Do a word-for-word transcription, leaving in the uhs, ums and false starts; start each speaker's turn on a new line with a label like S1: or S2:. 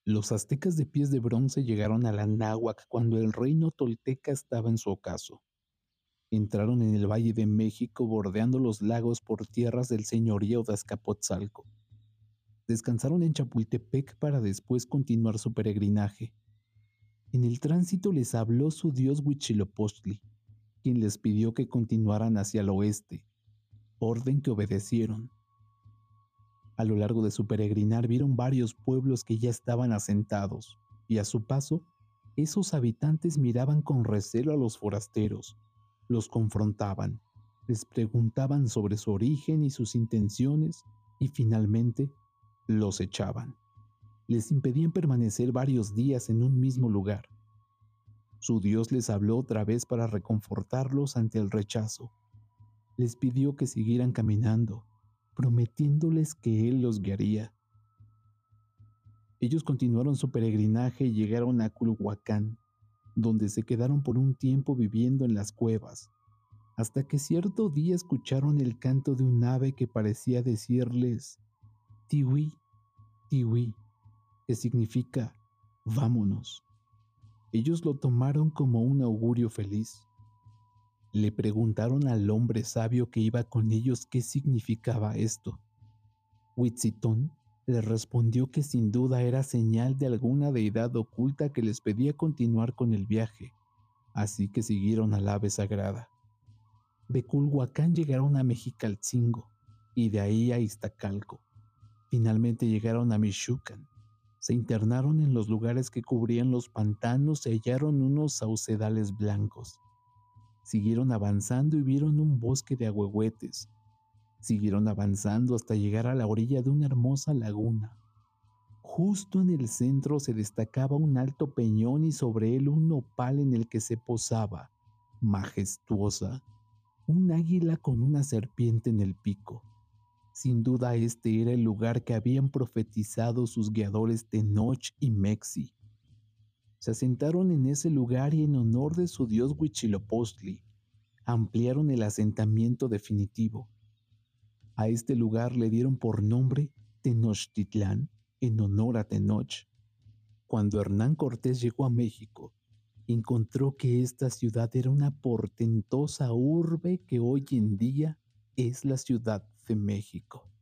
S1: Los aztecas de pies de bronce llegaron a la náhuac cuando el reino tolteca estaba en su ocaso. Entraron en el Valle de México bordeando los lagos por tierras del señorío de Azcapotzalco. Descansaron en Chapultepec para después continuar su peregrinaje. En el tránsito les habló su dios Huitzilopochtli, quien les pidió que continuaran hacia el oeste, orden que obedecieron. A lo largo de su peregrinar vieron varios pueblos que ya estaban asentados, y a su paso, esos habitantes miraban con recelo a los forasteros, los confrontaban, les preguntaban sobre su origen y sus intenciones, y finalmente los echaban. Les impedían permanecer varios días en un mismo lugar. Su Dios les habló otra vez para reconfortarlos ante el rechazo. Les pidió que siguieran caminando, prometiéndoles que Él los guiaría. Ellos continuaron su peregrinaje y llegaron a Culhuacán, donde se quedaron por un tiempo viviendo en las cuevas, hasta que cierto día escucharon el canto de un ave que parecía decirles Tiwi, Tiwi, que significa vámonos. Ellos lo tomaron como un augurio feliz. Le preguntaron al hombre sabio que iba con ellos qué significaba esto. Huitzitón les respondió que sin duda era señal de alguna deidad oculta que les pedía continuar con el viaje, así que siguieron al ave sagrada. De Culhuacán llegaron a Mexicalcingo y de ahí a Iztacalco. Finalmente llegaron a Michoacán. Se internaron en los lugares que cubrían los pantanos y hallaron unos saucedales blancos. Siguieron avanzando y vieron un bosque de ahuehuetes. Siguieron avanzando hasta llegar a la orilla de una hermosa laguna. Justo en el centro se destacaba un alto peñón y sobre él un nopal en el que se posaba, majestuosa, un águila con una serpiente en el pico. Sin duda este era el lugar que habían profetizado sus guiadores Tenoch y Mexi. Se asentaron en ese lugar y en honor de su dios Huitzilopochtli, ampliaron el asentamiento definitivo. A este lugar le dieron por nombre Tenochtitlán, en honor a Tenoch. Cuando Hernán Cortés llegó a México, encontró que esta ciudad era una portentosa urbe que hoy en día es la Ciudad de México.